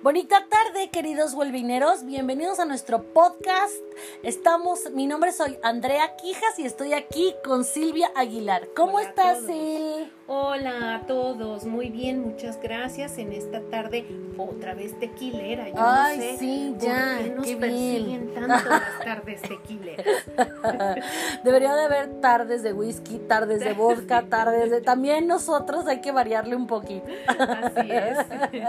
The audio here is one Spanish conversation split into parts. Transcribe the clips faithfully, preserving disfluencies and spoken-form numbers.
Bonita tarde, queridos huelvineros, bienvenidos a nuestro podcast. Estamos, mi nombre soy Andrea Quijas y estoy aquí con Silvia Aguilar. ¿Cómo Hola estás, a Sil? Hola a todos, muy bien, muchas gracias. En esta tarde otra vez tequilera. Yo Ay, no sé sí, por ya, qué nos qué persiguen bien. tanto las tardes tequileras. Debería de haber tardes de whisky, tardes de vodka, tardes de... También nosotros hay que variarle un poquito. Así es.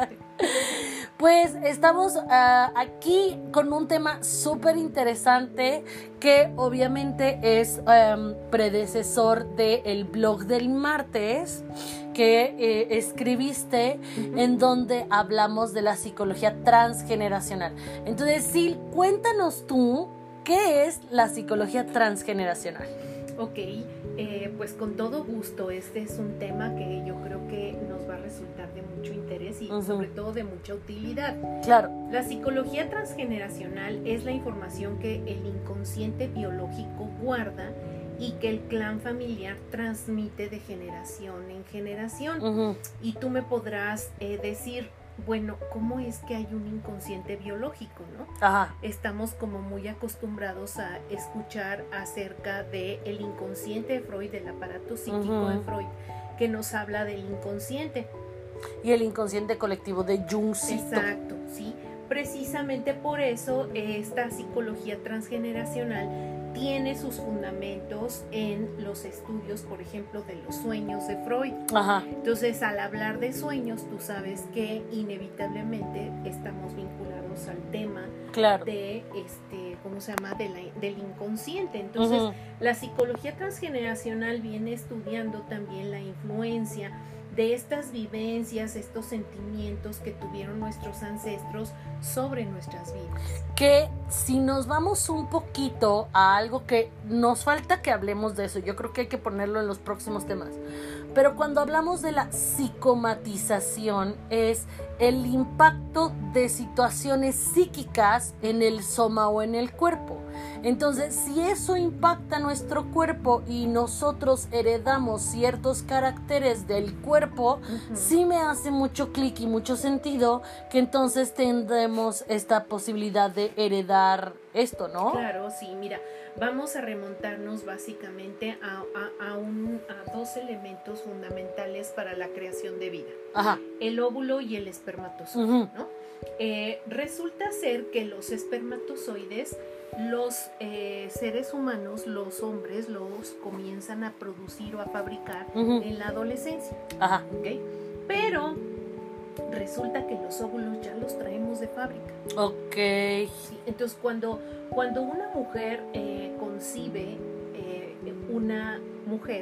Pues estamos uh, aquí con un tema súper interesante que obviamente es um, predecesor del blog del martes que eh, escribiste, uh-huh. en donde hablamos de la psicología transgeneracional. Entonces, Sil, cuéntanos tú, ¿qué es la psicología transgeneracional? Ok, eh, pues con todo gusto. Este es un tema que yo creo que nos va a resultar de mucho interés y uh-huh. sobre todo de mucha utilidad. Claro. La psicología transgeneracional es la información que el inconsciente biológico guarda y que el clan familiar transmite de generación en generación. Uh-huh. Y tú me podrás eh, decir, bueno, ¿cómo es que hay un inconsciente biológico, no? Ajá. Estamos como muy acostumbrados a escuchar acerca del inconsciente de Freud, del aparato psíquico uh-huh. de Freud, que nos habla del inconsciente. Y el inconsciente colectivo de Jungcito. Exacto, sí. Precisamente por eso esta psicología transgeneracional tiene sus fundamentos en los estudios, por ejemplo, de los sueños de Freud. Ajá. Entonces, al hablar de sueños, tú sabes que inevitablemente estamos vinculados al tema claro. de este, ¿cómo se llama? De la, del inconsciente. Entonces, uh-huh. la psicología transgeneracional viene estudiando también la influencia de estas vivencias, estos sentimientos que tuvieron nuestros ancestros sobre nuestras vidas. Que si nos vamos un poquito a algo que nos falta que hablemos de eso, yo creo que hay que ponerlo en los próximos temas, pero cuando hablamos de la psicomatización es el impacto de situaciones psíquicas en el soma o en el cuerpo. Entonces, si eso impacta nuestro cuerpo y nosotros heredamos ciertos caracteres del cuerpo, uh-huh. sí me hace mucho clic y mucho sentido que entonces tendremos esta posibilidad de heredar esto, ¿no? Claro, sí, mira, vamos a remontarnos básicamente a, a, a, un, a dos elementos fundamentales para la creación de vida. Ajá. El óvulo y el espermatozoide, uh-huh. ¿no? Eh, resulta ser que los espermatozoides, los eh, seres humanos, los hombres, los comienzan a producir o a fabricar uh-huh. en la adolescencia. Ajá. ¿Okay? Pero resulta que los óvulos ya los traemos de fábrica. Ok. Sí, entonces, cuando, cuando una mujer eh, concibe eh, una mujer,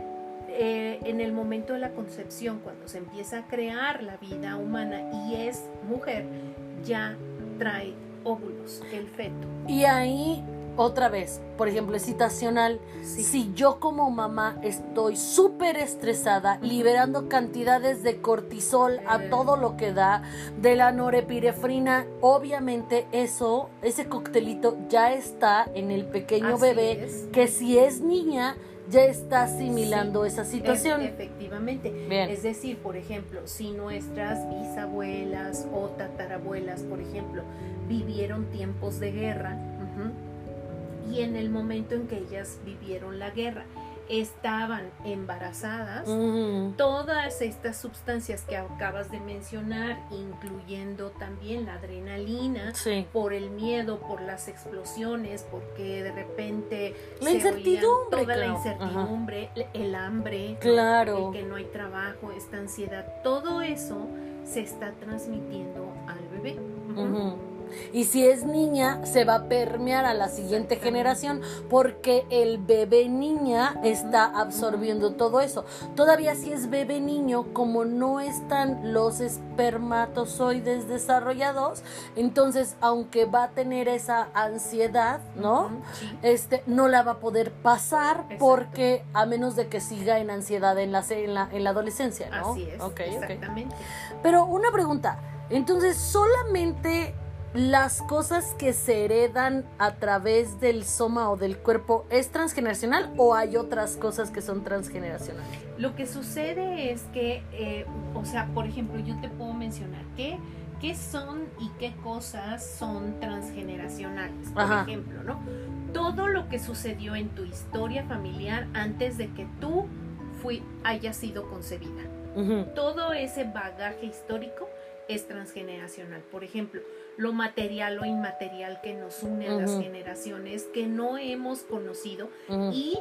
eh, en el momento de la concepción, cuando se empieza a crear la vida humana y es mujer, ya trae óvulos, el feto. Y ahí, otra vez, por ejemplo, excitacional, sí. si yo como mamá estoy súper estresada, uh-huh. liberando cantidades de cortisol uh-huh. a todo lo que da, de la norepinefrina, obviamente eso, ese coctelito ya está en el pequeño Así bebé, es. que si es niña, ya está asimilando sí, esa situación. E- efectivamente. Bien. Es decir, por ejemplo, si nuestras bisabuelas o tatarabuelas, por ejemplo, vivieron tiempos de guerra, uh-huh, y en el momento en que ellas vivieron la guerra, estaban embarazadas, uh-huh. todas estas sustancias que acabas de mencionar, incluyendo también la adrenalina, sí. por el miedo, por las explosiones, porque de repente la se incertidumbre, toda claro. la incertidumbre, uh-huh. el hambre, claro. el que no hay trabajo, esta ansiedad, todo eso se está transmitiendo al bebé. Uh-huh. Uh-huh. Y si es niña, se va a permear a la siguiente generación porque el bebé niña está absorbiendo todo eso. Todavía si es bebé niño, como no están los espermatozoides desarrollados, entonces aunque va a tener esa ansiedad, ¿no? Uh-huh, sí. Este, no la va a poder pasar. Exacto. Porque a menos de que siga en ansiedad en la, en la, en la adolescencia, ¿no? Así es, okay, exactamente. Okay. Pero una pregunta, entonces solamente las cosas que se heredan a través del soma o del cuerpo es transgeneracional o hay otras cosas que son transgeneracionales? Lo que sucede es que, eh, o sea, por ejemplo, yo te puedo mencionar que ¿qué son y qué cosas son transgeneracionales? Por Ajá. ejemplo, ¿no? Todo lo que sucedió en tu historia familiar antes de que tú fui, hayas sido concebida. Uh-huh. Todo ese bagaje histórico es transgeneracional. Por ejemplo, lo material o inmaterial que nos une a uh-huh. las generaciones que no hemos conocido uh-huh. y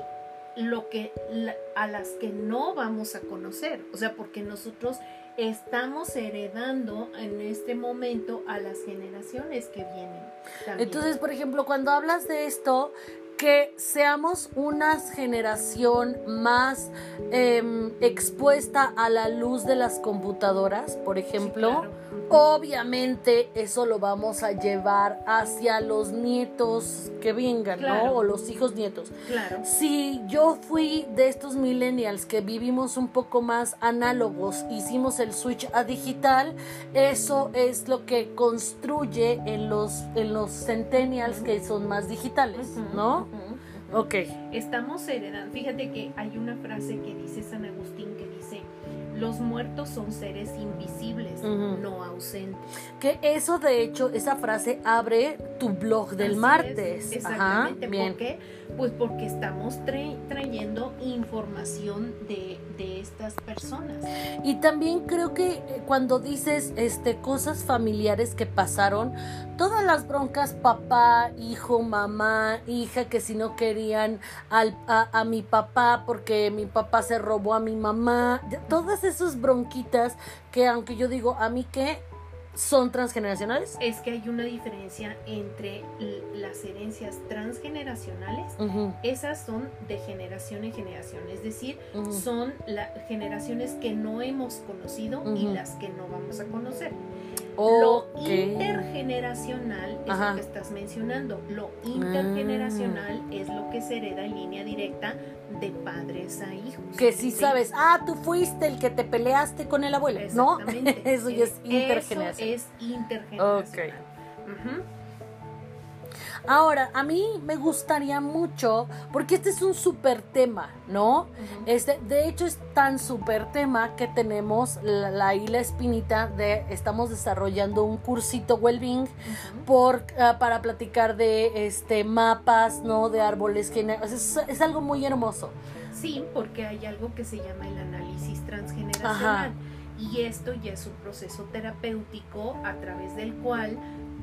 lo que la, a las que no vamos a conocer. O sea, porque nosotros estamos heredando en este momento a las generaciones que vienen también. Entonces, por ejemplo, cuando hablas de esto, que seamos una generación más eh, expuesta a la luz de las computadoras, por ejemplo, sí, claro. Obviamente eso lo vamos a llevar hacia los nietos que vengan, claro. ¿no? O los hijos nietos. Claro. Si yo fui de estos millennials que vivimos un poco más análogos, hicimos el switch a digital, eso es lo que construye en los, en los centennials uh-huh. que son más digitales, uh-huh. ¿no? Uh-huh. Uh-huh. Ok. Estamos heredando, fíjate que hay una frase que dice San Agustín que dice: los muertos son seres invisibles, uh-huh. no ausentes. Que eso, de hecho, esa frase abre tu blog del Así martes. Es, exactamente. Ajá, bien. ¿Por qué? Pues porque estamos tra- trayendo información de, de estas personas. Y también creo que cuando dices este, cosas familiares que pasaron, todas las broncas, papá, hijo, mamá, hija, que si no querían al, a, a mi papá porque mi papá se robó a mi mamá, todas esas bronquitas que, aunque yo digo, a mí que son transgeneracionales. Es que hay una diferencia entre l- las herencias transgeneracionales, uh-huh. esas son de generación en generación, es decir, uh-huh. son las generaciones que no hemos conocido uh-huh. y las que no vamos a conocer. Okay. Lo intergeneracional es Ajá. lo que estás mencionando. Lo intergeneracional ah. es lo que se hereda en línea directa de padres a hijos. Que si ¿sí? sabes, ah, tú fuiste el que te peleaste con el abuelo, ¿no? Eso ya es intergeneracional. Eso es intergeneracional. Okay. Uh-huh. Ahora, a mí me gustaría mucho, porque este es un súper tema, ¿no? Uh-huh. Este, de hecho, es tan súper tema que tenemos la, la, la espinita de, estamos desarrollando un cursito Wellbeing uh-huh. por, uh, para platicar de este mapas, ¿no? De árboles genealógicos. Es, es algo muy hermoso. Sí, porque hay algo que se llama el análisis transgeneracional. Ajá. Y esto ya es un proceso terapéutico a través del cual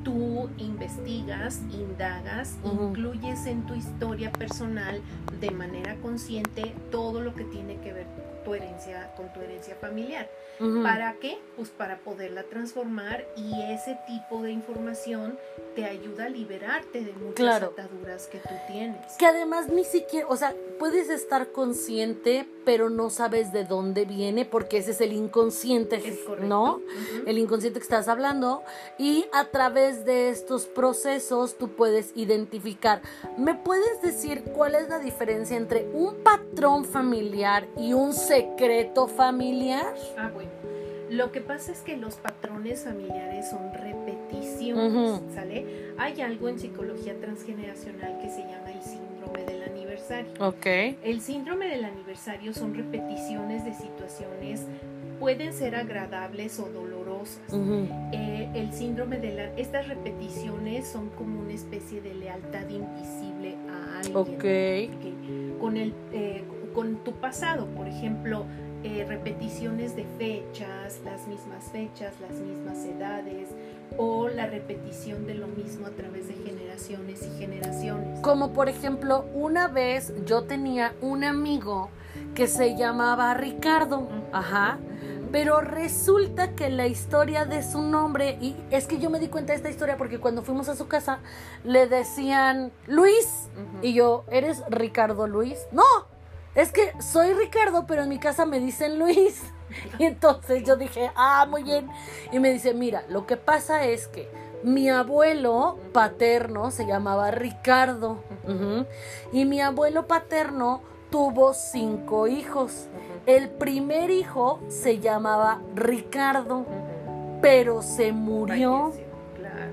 tú investigas, indagas, uh-huh. incluyes en tu historia personal de manera consciente todo lo que tiene que ver tu herencia, con tu herencia familiar. Uh-huh. ¿Para qué? Pues para poderla transformar, y ese tipo de información te ayuda a liberarte de muchas claro. ataduras que tú tienes. Que además ni siquiera, o sea, puedes estar consciente, pero no sabes de dónde viene, porque ese es el inconsciente, es correcto. ¿no? Uh-huh. El inconsciente que estás hablando, y a través de estos procesos tú puedes identificar. ¿Me puedes decir cuál es la diferencia entre un patrón familiar y un secreto familiar? Ah, bueno. Lo que pasa es que los patrones familiares son repeticiones, uh-huh. ¿sale? Hay algo en psicología transgeneracional que se llama el síndrome del aniversario. Okay. El síndrome del aniversario son repeticiones de situaciones, pueden ser agradables o dolorosas. Uh-huh. Eh, el síndrome de la, estas repeticiones son como una especie de lealtad invisible a alguien. Okay. Okay. Con el, eh, con tu pasado, por ejemplo. Eh, repeticiones de fechas, las mismas fechas, las mismas edades, o la repetición de lo mismo a través de generaciones y generaciones. Como por ejemplo, una vez yo tenía un amigo que se llamaba Ricardo, uh-huh. ajá, uh-huh. pero resulta que la historia de su nombre, y es que yo me di cuenta de esta historia porque cuando fuimos a su casa le decían Luis, uh-huh. y yo, ¿eres Ricardo Luis? ¡No! Es que soy Ricardo, pero en mi casa me dicen Luis. Y entonces yo dije, ah, muy bien. Y me dice, mira, lo que pasa es que mi abuelo paterno se llamaba Ricardo. Uh-huh. Y mi abuelo paterno tuvo cinco hijos. Uh-huh. El primer hijo se llamaba Ricardo, uh-huh. pero se murió. Claro.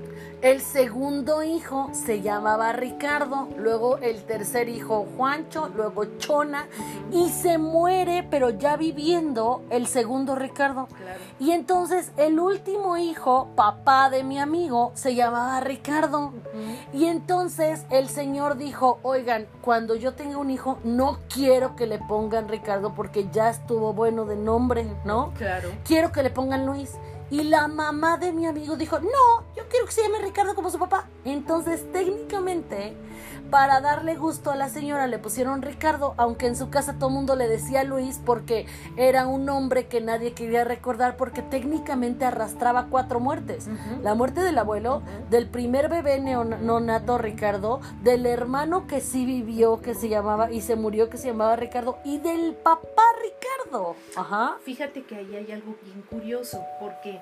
El segundo hijo se llamaba Ricardo, luego el tercer hijo Juancho, luego Chona, uh-huh. y se muere, pero ya viviendo, el segundo Ricardo. Claro. Y entonces el último hijo, papá de mi amigo, se llamaba Ricardo. Uh-huh. Y entonces el señor dijo, oigan, cuando yo tenga un hijo, no quiero que le pongan Ricardo porque ya estuvo bueno de nombre, ¿no? Claro. Quiero que le pongan Luis. Y la mamá de mi amigo dijo, no, yo quiero que se llame Ricardo como su papá. Entonces, técnicamente, para darle gusto a la señora, le pusieron Ricardo, aunque en su casa todo el mundo le decía Luis, porque era un nombre que nadie quería recordar, porque técnicamente arrastraba cuatro muertes. Uh-huh. La muerte del abuelo, uh-huh. del primer bebé neonato Ricardo, del hermano que sí vivió, que se llamaba, y se murió, que se llamaba Ricardo, y del papá Ricardo. Ajá. Fíjate que ahí hay algo bien curioso, porque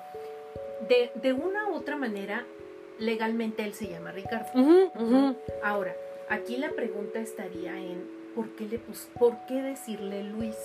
de, de una u otra manera, legalmente él se llama Ricardo. Uh-huh, uh-huh. Ahora, aquí la pregunta estaría en ¿por qué le pus- por qué decirle Luis?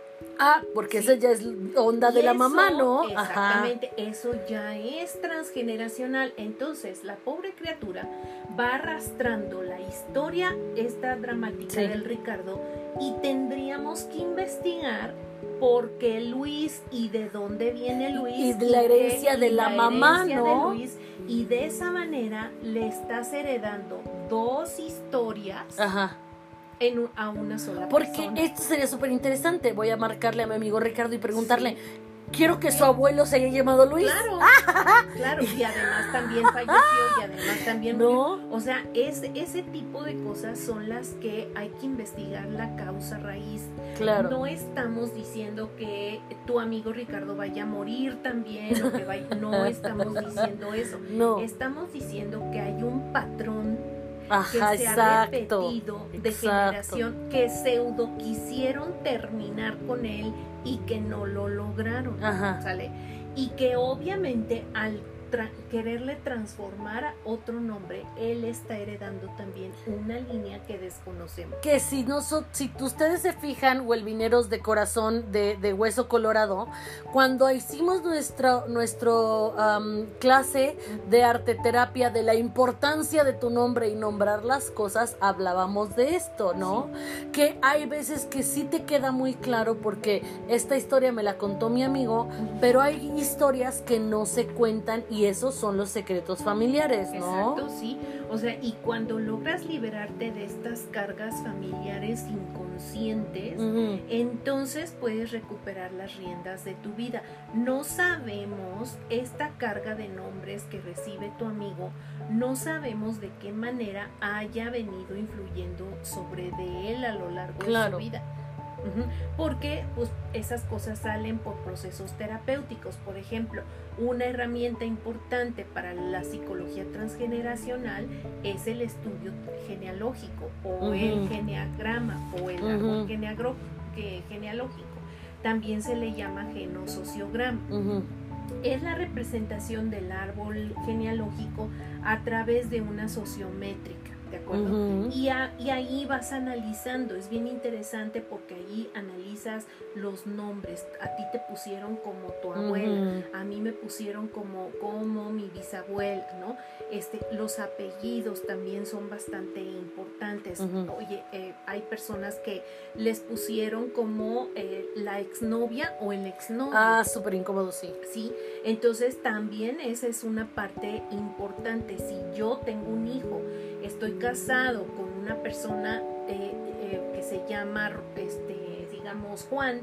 Ah, porque sí. Esa ya es onda y de la eso, mamá, ¿no? Exactamente, Ajá. Eso ya es transgeneracional. Entonces, la pobre criatura va arrastrando la historia esta dramática sí. del Ricardo, y tendríamos que investigar por qué Luis y de dónde viene Luis. Y de la herencia y de la, la mamá, ¿no? De Luis, y de esa manera le estás heredando dos historias. Ajá. En un, a una sola Porque persona. Porque esto sería súper interesante. Voy a marcarle a mi amigo Ricardo y preguntarle, sí. quiero que su abuelo se haya llamado Luis. Claro, claro, y además también falleció y además también ¿no? murió. O sea, es, ese tipo de cosas son las que hay que investigar la causa raíz. Claro. No estamos diciendo que tu amigo Ricardo vaya a morir también, o que vaya, no estamos diciendo eso. No. Estamos diciendo que hay un patrón Ajá, que se exacto, ha repetido de exacto. generación, que pseudo quisieron terminar con él y que no lo lograron. Ajá. ¿Sale? Y que obviamente al tra- quererle transformar a otro nombre, él está heredando también una línea que desconocemos. Que si no so, si ustedes se fijan, huelvineros de corazón de, de hueso colorado, cuando hicimos nuestra nuestro um, clase de arteterapia de la importancia de tu nombre y nombrar las cosas, hablábamos de esto, ¿no? Sí. Que hay veces que sí te queda muy claro, porque esta historia me la contó mi amigo, uh-huh. pero hay historias que no se cuentan y esos son los secretos familiares, ¿no? Exacto, sí. O sea, y cuando logras liberarte de estas cargas familiares inconscientes, uh-huh. entonces puedes recuperar las riendas de tu vida. No sabemos esta carga de nombres que recibe tu amigo, no sabemos de qué manera haya venido influyendo sobre de él a lo largo claro. de su vida. Uh-huh. Porque pues, esas cosas salen por procesos terapéuticos. Por ejemplo, una herramienta importante para la psicología transgeneracional es el estudio genealógico o uh-huh. el geneagrama o el árbol uh-huh. geneagro- que, genealógico. También se le llama genosociograma. Uh-huh. Es la representación del árbol genealógico a través de una sociométrica. ¿De acuerdo? Uh-huh. Y, a, y ahí vas analizando, es bien interesante porque ahí analizas los nombres. A ti te pusieron como tu abuela, uh-huh. a mí me pusieron como, como mi bisabuela, ¿no? Este, los apellidos también son bastante importantes. Uh-huh. Oye, eh, hay personas que les pusieron como eh, la exnovia o el exnovio. Ah, súper incómodo, sí. Sí, entonces también esa es una parte importante. Si yo tengo un hijo, estoy casado con una persona eh, eh, que se llama, este, digamos, Juan,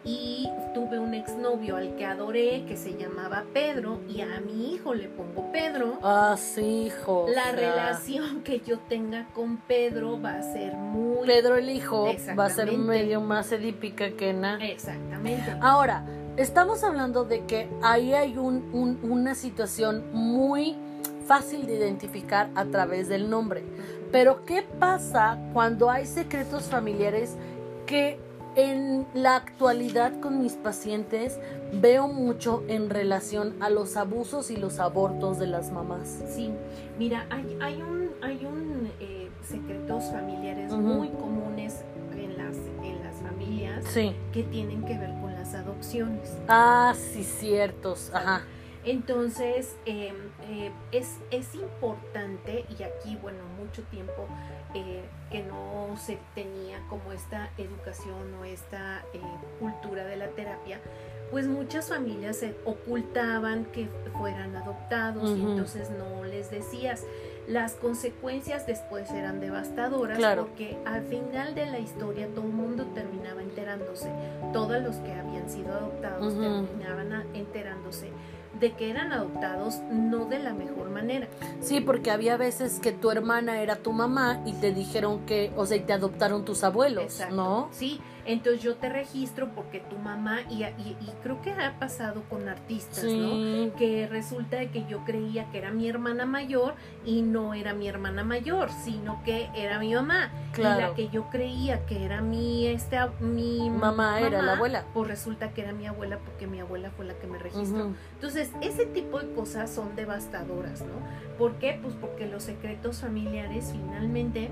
y tuve un exnovio al que adoré que se llamaba Pedro, y a mi hijo le pongo Pedro. Ah, sí, hijo. La relación que yo tenga con Pedro va a ser muy... Pedro el hijo va a ser medio más edípica que nada. Exactamente. Ahora, estamos hablando de que ahí hay un, un, una situación muy fácil de identificar a través del nombre. Pero ¿qué pasa cuando hay secretos familiares que en la actualidad con mis pacientes veo mucho en relación a los abusos y los abortos de las mamás? Sí, mira, hay, hay un, hay un eh, secretos familiares uh-huh. muy comunes en las, en las familias sí. que tienen que ver con las adopciones. Ah, sí, ciertos, ajá. Entonces, eh, eh, es, es importante, y aquí, bueno, mucho tiempo eh, que no se tenía como esta educación o esta eh, cultura de la terapia, pues muchas familias se ocultaban que fueran adoptados, uh-huh. y entonces no les decías. Las consecuencias después eran devastadoras, claro, porque al final de la historia todo el mundo terminaba enterándose, todos los que habían sido adoptados uh-huh. terminaban enterándose de que eran adoptados no de la mejor manera. Sí, porque había veces que tu hermana era tu mamá y te dijeron que, o sea, y te adoptaron tus abuelos, exacto, ¿no? Sí, entonces yo te registro porque tu mamá, y, y, y creo que ha pasado con artistas, sí, ¿no? Que resulta de que yo creía que era mi hermana mayor y no era mi hermana mayor, sino que era mi mamá. Claro. Y la que yo creía que era mi, este, mi mamá, mamá era la abuela. Pues resulta que era mi abuela porque mi abuela fue la que me registró. Uh-huh. Entonces, ese tipo de cosas son devastadoras, ¿no? ¿Por qué? Pues porque los secretos familiares finalmente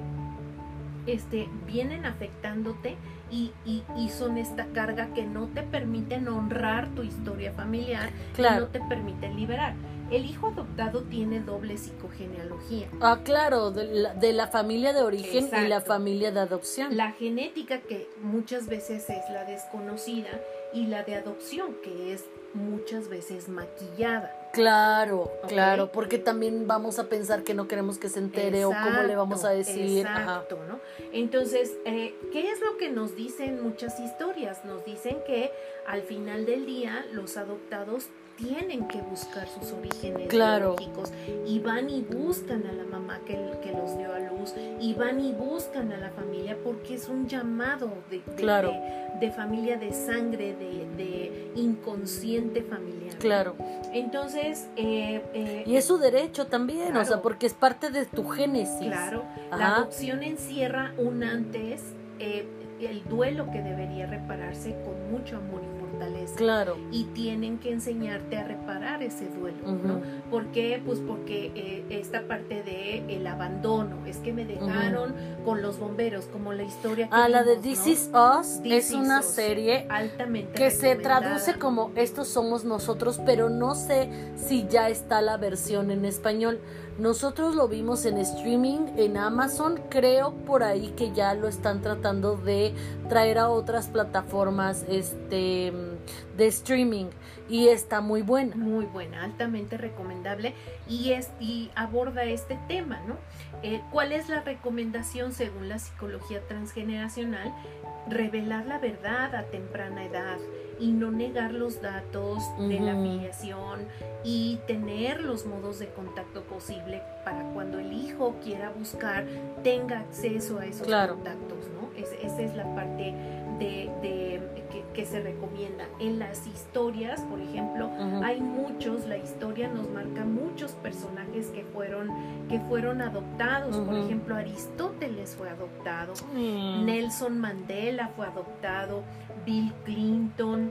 este, vienen afectándote y, y, y son esta carga que no te permiten honrar tu historia familiar, claro, que no te permiten liberar. El hijo adoptado tiene doble psicogenealogía. Ah, claro, de la, de la familia de origen, exacto, y la familia de adopción. La genética, que muchas veces es la desconocida, y la de adopción, que es muchas veces maquillada. Claro, okay, claro, porque también vamos a pensar que no queremos que se entere, exacto, o cómo le vamos a decir. Exacto, ajá, ¿no? Entonces, eh, ¿qué es lo que nos dicen muchas historias? Nos dicen que al final del día los adoptados tienen que buscar sus orígenes, claro, biológicos, y van y buscan a la mamá que, que los dio a luz, y van y buscan a la familia porque es un llamado de, de, claro, de, de familia, de sangre, de, de inconsciente familiar. Claro. Entonces, eh, eh, y es su derecho también, claro, o sea, porque es parte de tu génesis. Claro. Ajá. La adopción encierra un antes, eh, el duelo que debería repararse con mucho amor y fortaleza. Claro. Y tienen que enseñarte a reparar ese duelo, uh-huh, ¿no? ¿Por qué? Pues porque eh, esta parte de el abandono, es que me dejaron uh-huh. con los bomberos, como la historia que Ah, vimos, la de This ¿no? Is Us This es una Us, serie altamente que se recomendada. traduce como Estos somos nosotros, pero no sé si ya está la versión en español. Nosotros lo vimos en streaming en Amazon, creo por ahí que ya lo están tratando de traer a otras plataformas este de streaming, y está muy buena. Muy buena, altamente recomendable, y, es, y aborda este tema, ¿no? Eh, ¿Cuál es la recomendación según la psicología transgeneracional? Revelar la verdad a temprana edad y no negar los datos uh-huh. de la afiliación, y tener los modos de contacto posible para cuando el hijo quiera buscar, tenga acceso a esos claro. contactos, ¿no? Es, esa es la parte de, de que, que se recomienda. En las historias, por ejemplo, uh-huh. hay muchos, la historia nos marca muchos personajes que fueron, que fueron adoptados. Uh-huh. Por ejemplo, Aristóteles fue adoptado, uh-huh. Nelson Mandela fue adoptado, Bill Clinton,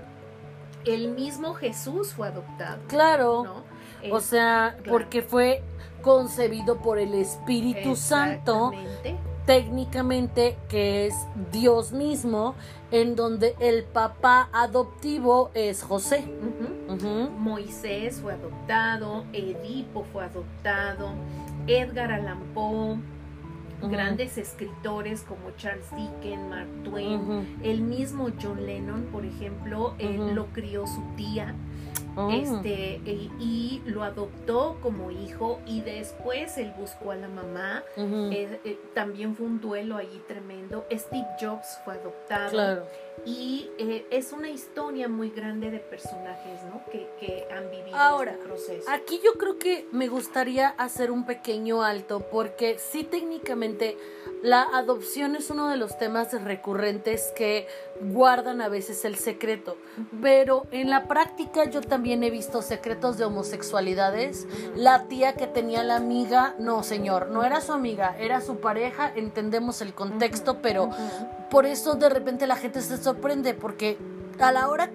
el mismo Jesús fue adoptado. Claro, ¿no? o es, sea, claro. porque fue concebido por el Espíritu Santo, técnicamente, que es Dios mismo, en donde el papá adoptivo es José. Uh-huh. Uh-huh. Moisés fue adoptado, Edipo fue adoptado, Edgar Allan Poe, Uh-huh. grandes escritores como Charles Dickens, Mark Twain, uh-huh. el mismo John Lennon, por ejemplo, uh-huh. él lo crió su tía, uh-huh. este, y, y lo adoptó como hijo, y después él buscó a la mamá. Uh-huh. eh, eh, también fue un duelo allí tremendo. Steve Jobs fue adoptado. Claro. Y eh, es una historia muy grande de personajes, ¿no? que, que han vivido Ahora, este proceso. Aquí yo creo que me gustaría hacer un pequeño alto, porque sí, técnicamente la adopción es uno de los temas recurrentes que guardan a veces el secreto, uh-huh. pero en la práctica yo también he visto secretos de homosexualidades. Uh-huh. La tía que tenía la amiga, no señor, no era su amiga, era su pareja, entendemos el contexto, uh-huh. pero uh-huh. por eso de repente la gente se sorprende, porque a la hora que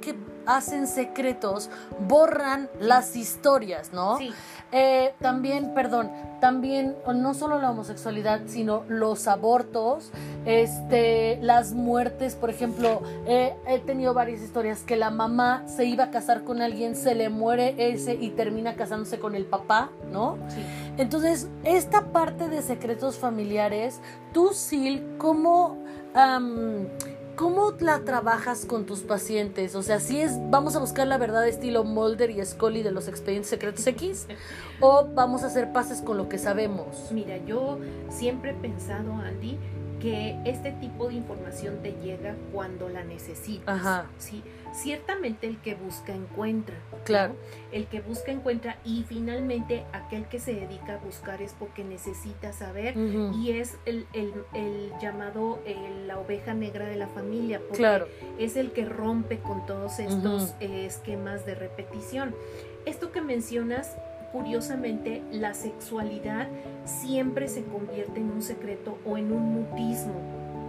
hacen secretos borran las historias, ¿no? Sí. Eh, también, perdón, también no solo la homosexualidad, sino los abortos, este, las muertes, por ejemplo, eh, he tenido varias historias que la mamá se iba a casar con alguien, se le muere ese y termina casándose con el papá, ¿no? Sí. Entonces, esta parte de secretos familiares, tú, Sil, ¿cómo... Um, ¿Cómo la trabajas con tus pacientes? O sea, si es, vamos a buscar la verdad estilo Mulder y Scully de los Expedientes Secretos X, o vamos a hacer pases con lo que sabemos. Mira, yo siempre he pensado, Andy, que este tipo de información te llega cuando la necesitas. Ajá. ¿Sí? Ciertamente el que busca encuentra. Claro. ¿no? El que busca encuentra, y finalmente aquel que se dedica a buscar es porque necesita saber, uh-huh. y es el, el, el llamado el, la oveja negra de la familia, porque claro. es el que rompe con todos estos uh-huh. eh, esquemas de repetición. Esto que mencionas, curiosamente, la sexualidad siempre se convierte en un secreto o en un mutismo,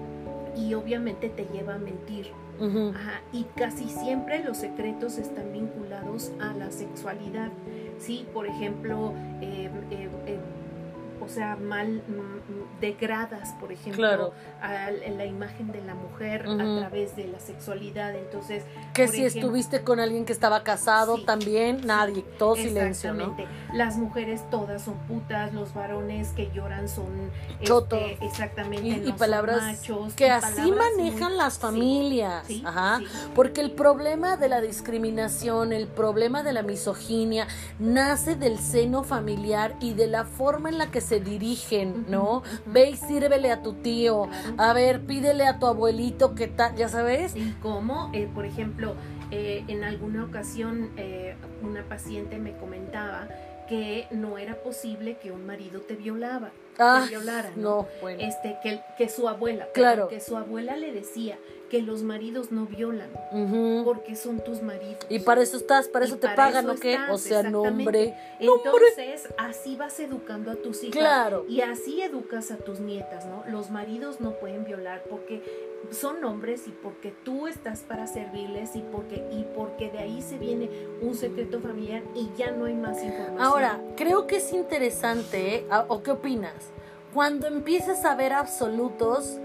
y obviamente te lleva a mentir. Uh-huh. Ajá, y casi siempre los secretos están vinculados a la sexualidad, ¿sí? Por ejemplo, eh, eh, eh, o sea, mal mm, degradas, por ejemplo, claro. a la imagen de la mujer uh-huh. a través de la sexualidad. Entonces, que si ejemplo, estuviste con alguien que estaba casado, sí, también nadie, todo silencio, ¿no? Las mujeres todas son putas, los varones que lloran son chotos, este, exactamente, y, no y palabras son machos, que y así palabras manejan muy, las familias, sí, sí, ajá, sí. Porque el problema de la discriminación, el problema de la misoginia nace del seno familiar y de la forma en la que se dirigen, ¿no? Uh-huh. Ve y sírvele a tu tío, claro. A ver, pídele a tu abuelito que tal, ya sabes. Y cómo, eh, por ejemplo, eh, en alguna ocasión eh, una paciente me comentaba que no era posible que un marido te violaba, ah, te violara, ¿no? no bueno. Este, que, que su abuela, claro. que su abuela le decía que los maridos no violan, uh-huh. porque son tus maridos. Y para eso estás, para eso y te para pagan, eso ¿o qué? Estás, o sea, nombre. Entonces, nombre. Así vas educando a tus hijas. Claro. Y así educas a tus nietas, ¿no? Los maridos no pueden violar porque son hombres y porque tú estás para servirles y porque, y porque de ahí se viene un secreto familiar y ya no hay más información. Ahora, creo que es interesante, ¿eh? ¿O qué opinas? Cuando empiezas a ver absolutos,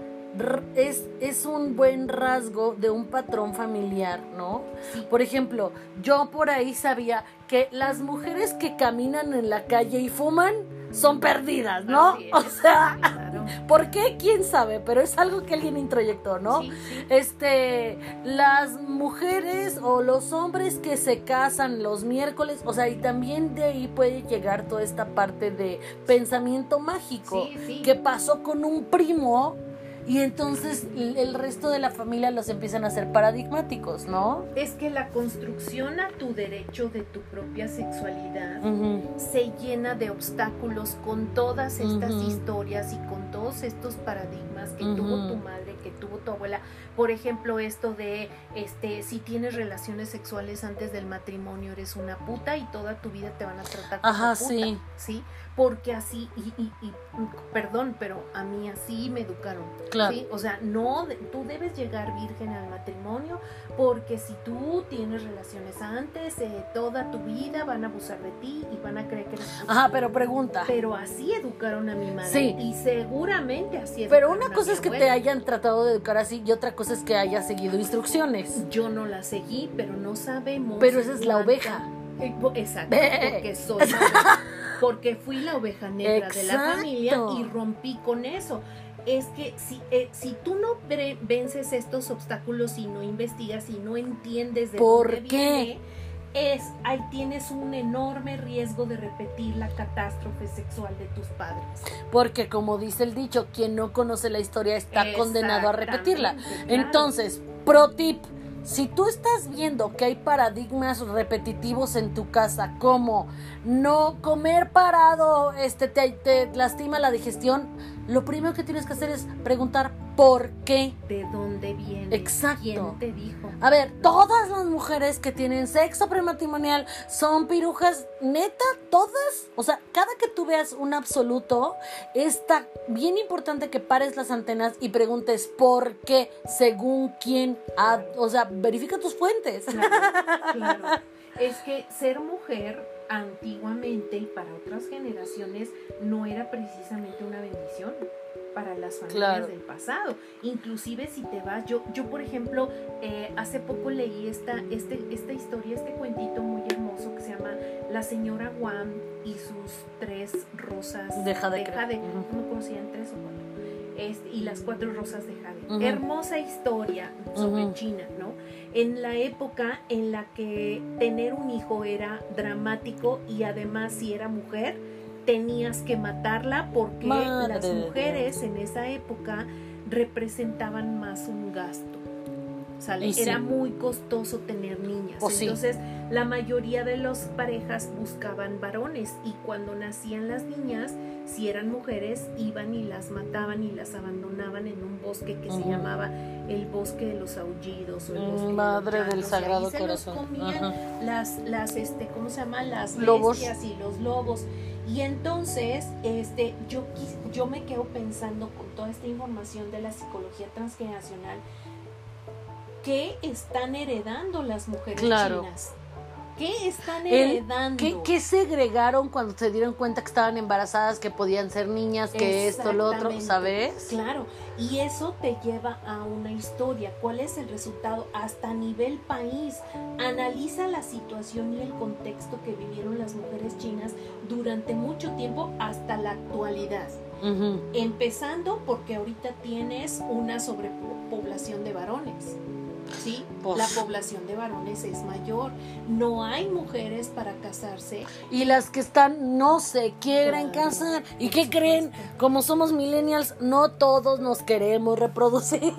es, es un buen rasgo de un patrón familiar, ¿no? Sí. Por ejemplo, yo por ahí sabía que las mujeres que caminan en la calle y fuman son perdidas, ¿no? Sí, o sea, claro. ¿Por qué? ¿Quién sabe? Pero es algo que alguien introyectó, ¿no? Sí, sí. Este, las mujeres o los hombres que se casan los miércoles, o sea, y también de ahí puede llegar toda esta parte de pensamiento mágico, sí, sí. que pasó con un primo. Y entonces el resto de la familia los empiezan a hacer paradigmáticos, ¿no? Es que la construcción a tu derecho de tu propia sexualidad uh-huh. se llena de obstáculos con todas estas uh-huh. historias y con todos estos paradigmas que uh-huh. tuvo tu madre, que tuvo tu abuela. Por ejemplo, esto de este, si tienes relaciones sexuales antes del matrimonio eres una puta y toda tu vida te van a tratar como Ajá, puta, sí. ¿sí? Porque así, y, y, y perdón, pero a mí así me educaron. Claro. ¿Sí? O sea, no, tú debes llegar virgen al matrimonio porque si tú tienes relaciones antes, eh, toda tu vida van a abusar de ti y van a creer que eres puta. Ajá, pero pregunta. Pero así educaron a mi madre. Sí. Y seguramente así educaron Pero una a cosa mi es que abuela. te hayan tratado de educar así y otra cosa es que hayas seguido instrucciones. Yo no la seguí, pero no sabemos. Pero esa es la cuánta... oveja. Exacto, porque soy la oveja. Porque fui la oveja negra Exacto. de la familia y rompí con eso. Es que si, eh, si tú no pre- vences estos obstáculos y no investigas y no entiendes de ¿Por dónde qué? viene, es, ahí tienes un enorme riesgo de repetir la catástrofe sexual de tus padres. Porque como dice el dicho, quien no conoce la historia está condenado a repetirla. Claro. Entonces, pro tip, si tú estás viendo que hay paradigmas repetitivos en tu casa, como no comer parado, este te, te lastima la digestión, lo primero que tienes que hacer es preguntar ¿por qué? ¿De dónde viene? Exacto. ¿Quién te dijo? A ver, todas las mujeres que tienen sexo prematrimonial son pirujas, neta, todas. O sea, cada que tú veas un absoluto, está bien importante que pares las antenas y preguntes por qué, según quién. Ah, o sea, verifica tus fuentes. Claro, claro. Es que ser mujer antiguamente y para otras generaciones no era precisamente una bendición para las familias Claro. del pasado. Inclusive si te vas, yo, yo por ejemplo, eh, hace poco leí esta, este, esta historia, este cuentito muy hermoso que se llama La señora Guam y sus tres rosas De jade, de creo. jade. Ujú. No me acuerdo si eran tres o cuatro. Este, y las cuatro rosas de jade. Ujú. Hermosa historia sobre Ujú. China, ¿no? En la época en la que tener un hijo era dramático y además si era mujer tenías que matarla porque Madre las de mujeres en esa época representaban más un gasto. ¿Sale? Y sí. Era muy costoso tener niñas. Pues sí. Entonces, la mayoría de las parejas buscaban varones y cuando nacían las niñas, si eran mujeres, iban y las mataban y las abandonaban en un bosque que se Ujú. llamaba el bosque de los aullidos o el bosque de Madre los del llantos, y ahí Sagrado se Corazón. los comían Ajá. las, las, este, ¿cómo se llama? Las Lobos. bestias y los lobos. Y entonces, este, yo, quis- yo me quedo pensando con toda esta información de la psicología transgeneracional, ¿qué están heredando las mujeres Claro. chinas? ¿Qué están El- heredando? ¿Qué, ¿Qué segregaron cuando se dieron cuenta que estaban embarazadas, que podían ser niñas, que esto, lo otro, Exactamente. ¿sabes? Claro, y eso te lleva a una historia. ¿Cuál es el resultado? Hasta a nivel país, analiza la situación y el contexto que vivieron las mujeres chinas durante mucho tiempo hasta la actualidad. Ujú. Empezando porque ahorita tienes una sobrepoblación de varones. ¿Sí? Pues. La población de varones es mayor. No hay mujeres para casarse. Y las que están no se quieren Claro, casar. ¿Y por qué creen? supuesto. Como somos millennials, no todos nos queremos reproducir.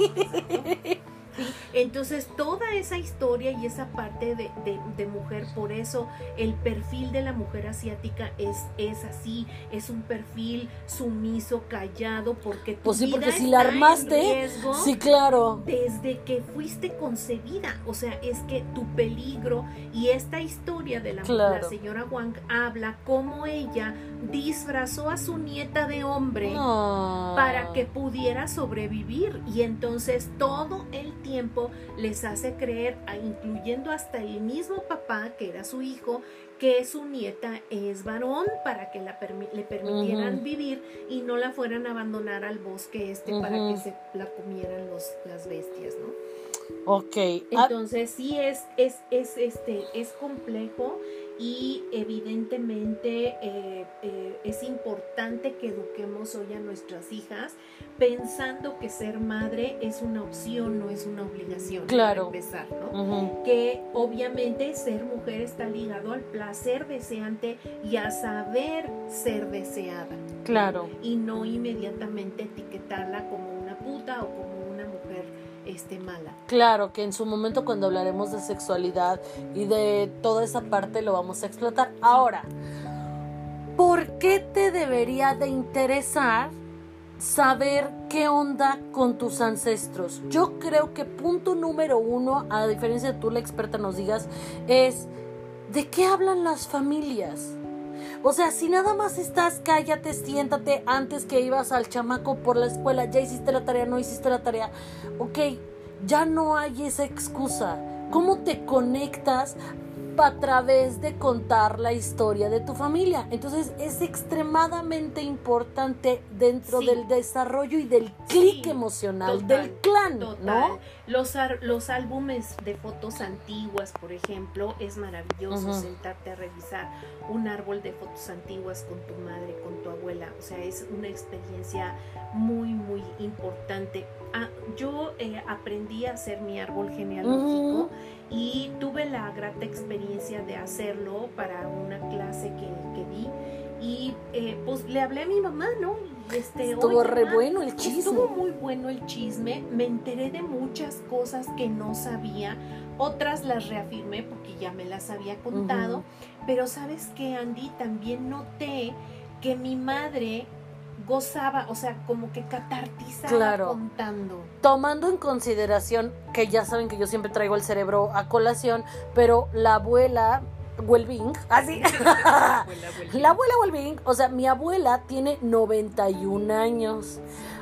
¿Sí? Entonces toda esa historia y esa parte de, de, de mujer, por eso el perfil de la mujer asiática es, es así, es un perfil sumiso, callado, porque tu Pues sí, vida porque si está la en armaste, riesgo sí, claro. desde que fuiste concebida. O sea, es que tu peligro y esta historia de la, Claro. la señora Wang habla cómo ella disfrazó a su nieta de hombre No. para que pudiera sobrevivir y entonces todo el tiempo les hace creer, a- incluyendo hasta el mismo papá que era su hijo, que su nieta es varón para que la permi- le permitieran Ujú. vivir y no la fueran a abandonar al bosque este para Ujú. que se la comieran los, las bestias, ¿no? Ok. Ah, Entonces sí es, es, es, este, es complejo y evidentemente eh, eh, es importante que eduquemos hoy a nuestras hijas pensando que ser madre es una opción, no es una obligación. Claro. Para empezar, ¿no? ujú. Que obviamente ser mujer está ligado al placer deseante y a saber ser deseada Claro. y no inmediatamente etiquetarla como una puta o como una mujer este, mala. Claro, que en su momento cuando hablaremos de sexualidad y de toda esa parte lo vamos a explotar. Ahora, ¿por qué te debería de interesar saber qué onda con tus ancestros? Yo creo que punto número uno, a diferencia de tú la experta nos digas, es ¿de qué hablan las familias? O sea, si nada más estás, cállate, siéntate, antes que ibas al chamaco por la escuela, ya hiciste la tarea, no hiciste la tarea, ok, ya no hay esa excusa. ¿Cómo te conectas a través de contar la historia de tu familia? Entonces es extremadamente importante dentro Sí. del desarrollo y del clic Sí, emocional total, del clan, Total. ¿no? Los, ar- los álbumes de fotos antiguas, por ejemplo, es maravilloso Ujú. sentarte a revisar un árbol de fotos antiguas con tu madre, con tu abuela. O sea, es una experiencia muy, muy importante. Ah, yo eh, aprendí a hacer mi árbol genealógico Ujú. y tuve la grata experiencia de hacerlo para una clase que, que di. Y eh, pues le hablé a mi mamá, ¿no? Y este, Estuvo "Oye, re ma, bueno el chisme". Estuvo muy bueno el chisme. Me enteré de muchas cosas que no sabía. Otras las reafirmé porque ya me las había contado. Ujú. Pero ¿sabes qué, Andy? También noté que mi madre gozaba, o sea, como que catartizaba claro. contando. Tomando en consideración que ya saben que yo siempre traigo el cerebro a colación, pero la abuela Welbing, así, ¿ah, sí? La abuela Welbing, o sea, mi abuela tiene noventa y un años.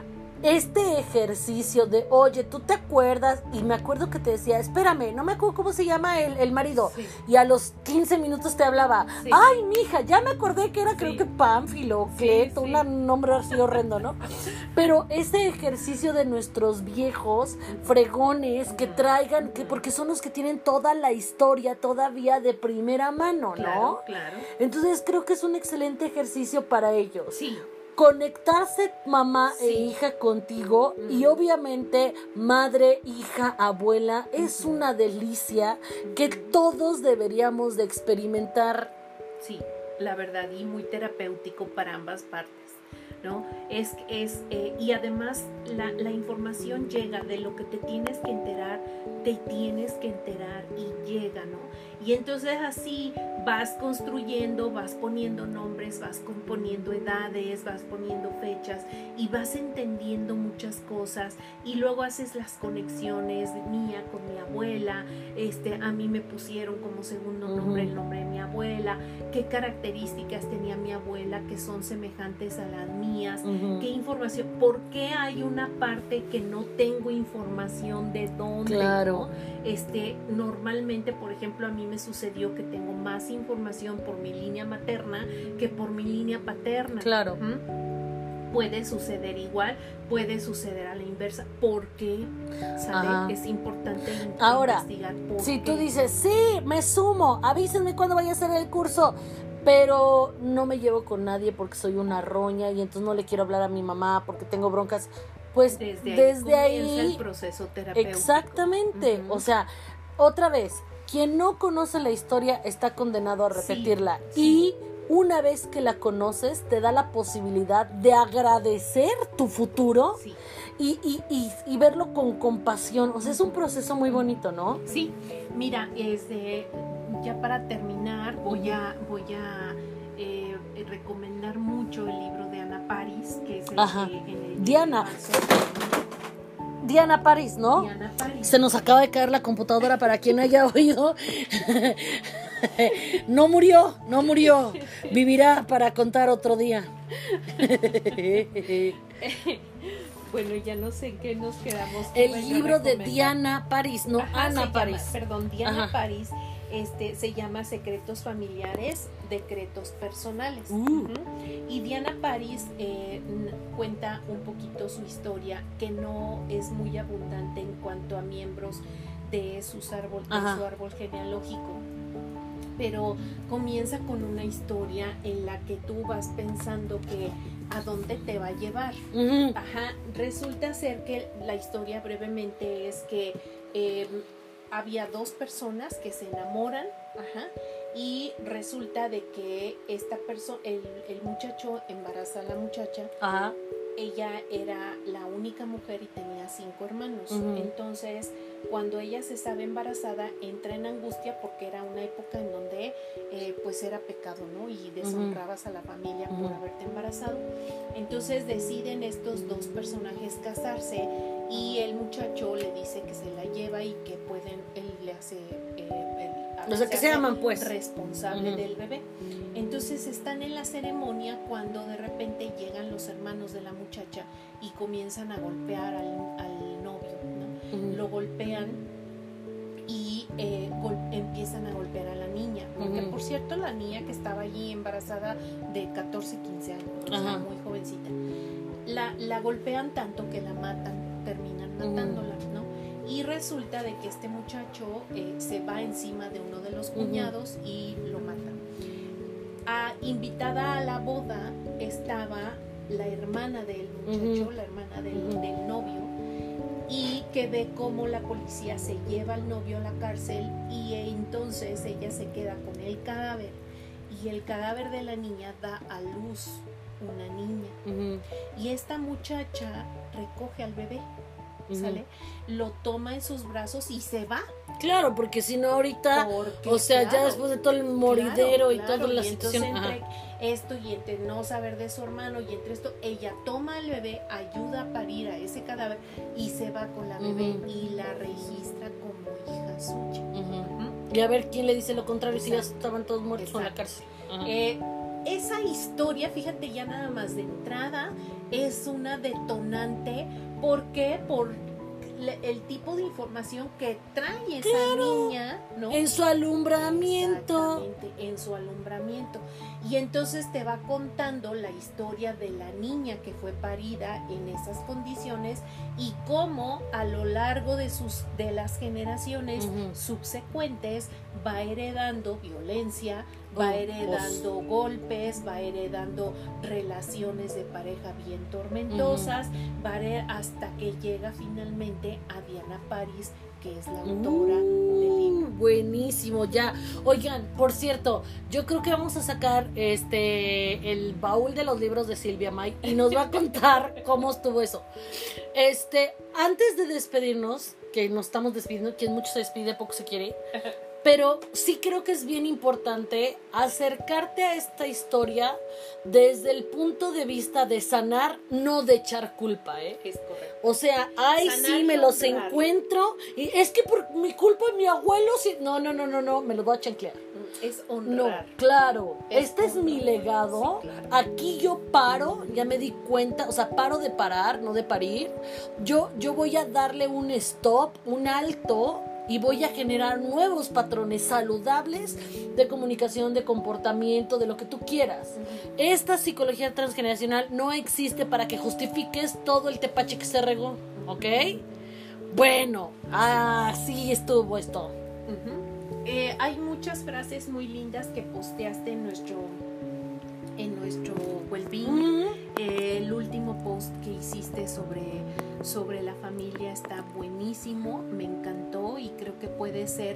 Este ejercicio de, oye, ¿tú te acuerdas? Y me acuerdo que te decía, espérame, no me acuerdo cómo se llama el, el marido. Sí. Y a los quince minutos te hablaba, sí. Ay, mija, ya me acordé que era, sí. creo que Pánfilo, Cleto, sí, sí. un nombre así horrendo, ¿no? Pero ese ejercicio de nuestros viejos fregones que traigan, que porque son los que tienen toda la historia todavía de primera mano, ¿no? Claro, claro. Entonces creo que es un excelente ejercicio para ellos. Sí. Conectarse mamá sí. e hija contigo uh-huh. y obviamente madre, hija, abuela uh-huh. es una delicia uh-huh. que todos deberíamos de experimentar. Sí, la verdad, y muy terapéutico para ambas partes, ¿no? Es, es, eh, y además la, la información llega de lo que te tienes que enterar, te tienes que enterar y llega, ¿no? Y entonces así vas construyendo, vas poniendo nombres, vas poniendo edades, vas poniendo fechas y vas entendiendo muchas cosas y luego haces las conexiones mía con mi abuela, este, a mí me pusieron como segundo nombre el nombre de mi abuela, qué características tenía mi abuela que son semejantes a las mías, uh-huh. qué información, por qué hay una parte que no tengo información de dónde, claro. ¿no? Este, normalmente, por ejemplo, a mí me sucedió que tengo más información por mi línea materna que por mi línea paterna. Claro. ¿Mm? Puede suceder igual, puede suceder a la inversa. ¿Por qué? ¿Sabe? Es importante Ahora, investigar por si qué. tú dices, sí, me sumo, avísenme cuando vaya a hacer el curso, pero no me llevo con nadie porque soy una roña y entonces no le quiero hablar a mi mamá porque tengo broncas. Pues desde, desde ahí, ahí el proceso terapéutico. Exactamente, uh-huh. o sea, otra vez, quien no conoce la historia está condenado a repetirla sí, y sí. una vez que la conoces te da la posibilidad de agradecer tu futuro sí. y, y, y, y verlo con compasión, o sea, es un proceso muy bonito, ¿no? Sí, mira, este, ya para terminar voy a, voy a eh, recomendar mucho el libro de Ana París, que es el Ajá. que en el Diana. Diana París, ¿no? Diana París. Se nos acaba de caer la computadora para quien haya oído. No murió, no murió. Vivirá para contar otro día. Bueno, ya no sé en qué nos quedamos. El libro de Diana París, no, Ajá, Ana París. Llama, perdón, Diana Ajá. París. Este, se llama Secretos Familiares, Decretos Personales. Uh. Uh-huh. Y Diana París eh, cuenta un poquito su historia, que no es muy abundante en cuanto a miembros de, sus árbol, de su árbol genealógico. Pero comienza con una historia en la que tú vas pensando que a dónde te va a llevar. Uh-huh. Ajá. Resulta ser que la historia brevemente es que eh, había dos personas que se enamoran, ajá, y resulta de que esta persona, el, el muchacho embaraza a la muchacha, ajá. Ella era la única mujer y tenía cinco hermanos. Uh-huh. Entonces, cuando ella se sabe embarazada, entra en angustia porque era una época en donde eh, pues era pecado, ¿no? Y deshonrabas uh-huh. a la familia uh-huh. por haberte embarazado. Entonces deciden estos dos personajes casarse y el muchacho le dice que se la lleva y que pueden, él le hace... Eh, el, o sea, que se llaman pues responsable uh-huh. del bebé. Entonces están en la ceremonia cuando de repente llegan los hermanos de la muchacha y comienzan a golpear al, al novio, ¿no? Uh-huh. Lo golpean y eh, gol- empiezan a golpear a la niña, porque uh-huh. por cierto la niña que estaba allí embarazada de catorce, quince años, uh-huh. o sea, muy jovencita, la, la golpean tanto que la matan, terminan matándola, uh-huh. ¿no? Y resulta de que este muchacho eh, se va encima de uno de los cuñados uh-huh. y lo mata. Ah, invitada a la boda estaba la hermana del muchacho, uh-huh. la hermana del, uh-huh. del novio, y que ve cómo la policía se lleva al novio a la cárcel y entonces ella se queda con el cadáver y el cadáver de la niña da a luz una niña uh-huh. y esta muchacha recoge al bebé. Uh-huh. ¿Sale? Lo toma en sus brazos y se va. Claro, porque si no ahorita, Porque, o sea, claro, ya después de todo el moridero claro, y claro, toda la y situación. entonces entre esto y entre no saber de su hermano y entre esto, ella toma al bebé, ayuda a parir a ese cadáver y se va con la bebé Uh-huh. y la registra como hija suya. Uh-huh. Uh-huh. Y a ver quién le dice lo contrario. Exacto. Si ya estaban todos muertos. Exacto. En la cárcel. Uh-huh. Eh, esa historia, fíjate, ya nada más de entrada es una detonante. ¿Por qué? Por el tipo de información que trae esa claro, niña, ¿no? En su alumbramiento. Exactamente, en su alumbramiento. Y entonces te va contando la historia de la niña que fue parida en esas condiciones y cómo a lo largo de sus de las generaciones uh-huh. subsecuentes va heredando violencia, va oh, heredando oh. golpes, va heredando relaciones de pareja bien tormentosas, uh-huh. va hered- hasta que llega finalmente a Diana Paris, que es la autora uh, del libro. Buenísimo, ya. Oigan, por cierto, yo creo que vamos a sacar este el baúl de los libros de Silvia May y nos va a contar cómo estuvo eso. Este, antes de despedirnos, que nos estamos despidiendo, quien mucho se despide, poco se quiere. Pero sí creo que es bien importante acercarte a esta historia desde el punto de vista de sanar, no de echar culpa, ¿eh? Es correcto. O sea, ay, sanar sí, me los honrar. Encuentro y es que por mi culpa mi abuelo sí. No, no, no, no, no, me los voy a chanclear. Es honrar. No, claro, es este honrar. Es mi legado. Sí, claro. Aquí yo paro, ya me di cuenta, o sea, paro de parar, no de parir. Yo, yo voy a darle un stop, un alto. Y voy a generar nuevos patrones saludables de comunicación, de comportamiento, de lo que tú quieras. Uh-huh. Esta psicología transgeneracional no existe para que justifiques todo el tepache que se regó, ¿ok? Bueno, así estuvo esto. Uh-huh. Eh, hay muchas frases muy lindas que posteaste en nuestro, en nuestro Wellbeing. Uh-huh. Eh, el último post que hiciste sobre... sobre la familia está buenísimo, me encantó y creo que puede ser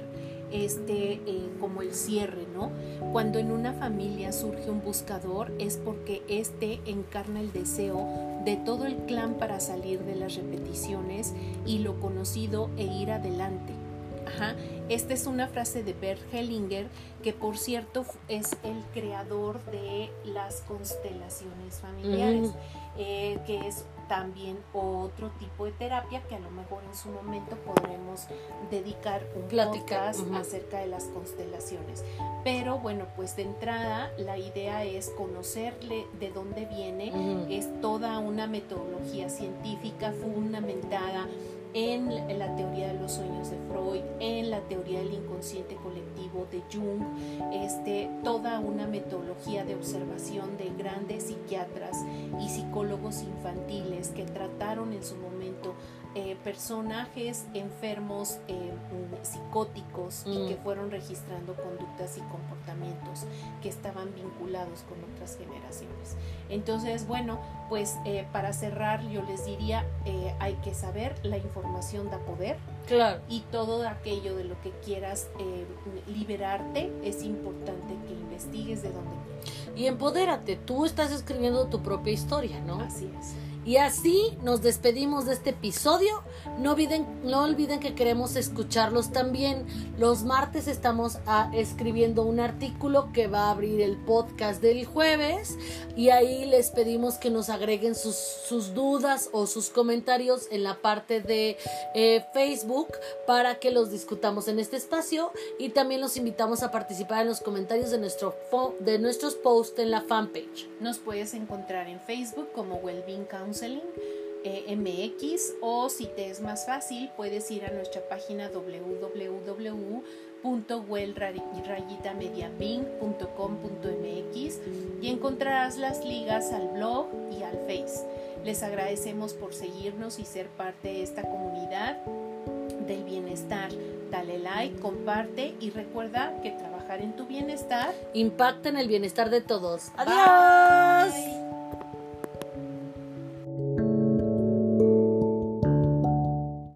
este eh, como el cierre, ¿no? Cuando en una familia surge un buscador es porque este encarna el deseo de todo el clan para salir de las repeticiones y lo conocido e ir adelante. Ajá. Esta es una frase de Bert Hellinger, que por cierto es el creador de las constelaciones familiares, uh-huh. eh, que es también otro tipo de terapia que a lo mejor en su momento podremos dedicar un Plática, podcast uh-huh. acerca de las constelaciones. Pero bueno, pues de entrada la idea es conocerle de dónde viene, uh-huh. es toda una metodología científica fundamentada en la teoría de los sueños de Freud, en la teoría del inconsciente colectivo de Jung, este, toda una metodología de observación de grandes psiquiatras y psicólogos infantiles que trataron en su momento eh, personajes enfermos eh, psicóticos mm. y que fueron registrando conductas y comportamientos que estaban vinculados con otras generaciones. Entonces, bueno, pues eh, para cerrar yo les diría, eh, hay que saber, la información da poder. Claro. Y todo aquello de lo que quieras eh, liberarte, es importante que investigues de dónde viene. Y empodérate, tú estás escribiendo tu propia historia, ¿no? Así es. Y así nos despedimos de este episodio. No olviden, no olviden que queremos escucharlos también. Los martes estamos a, escribiendo un artículo que va a abrir el podcast del jueves. Y ahí les pedimos que nos agreguen sus, sus dudas o sus comentarios en la parte de eh, Facebook para que los discutamos en este espacio. Y también los invitamos a participar en los comentarios de, nuestro fo- de nuestros posts en la fanpage. Nos puedes encontrar en Facebook como Wellbeing Counseling eh, M X, o si te es más fácil puedes ir a nuestra página doble u doble u doble u punto well rayita media bing punto com punto m x y encontrarás las ligas al blog y al Face. Les agradecemos por seguirnos y ser parte de esta comunidad del bienestar. Dale like, comparte y recuerda que trabajar en tu bienestar impacta en el bienestar de todos. ¡Adiós! Bye.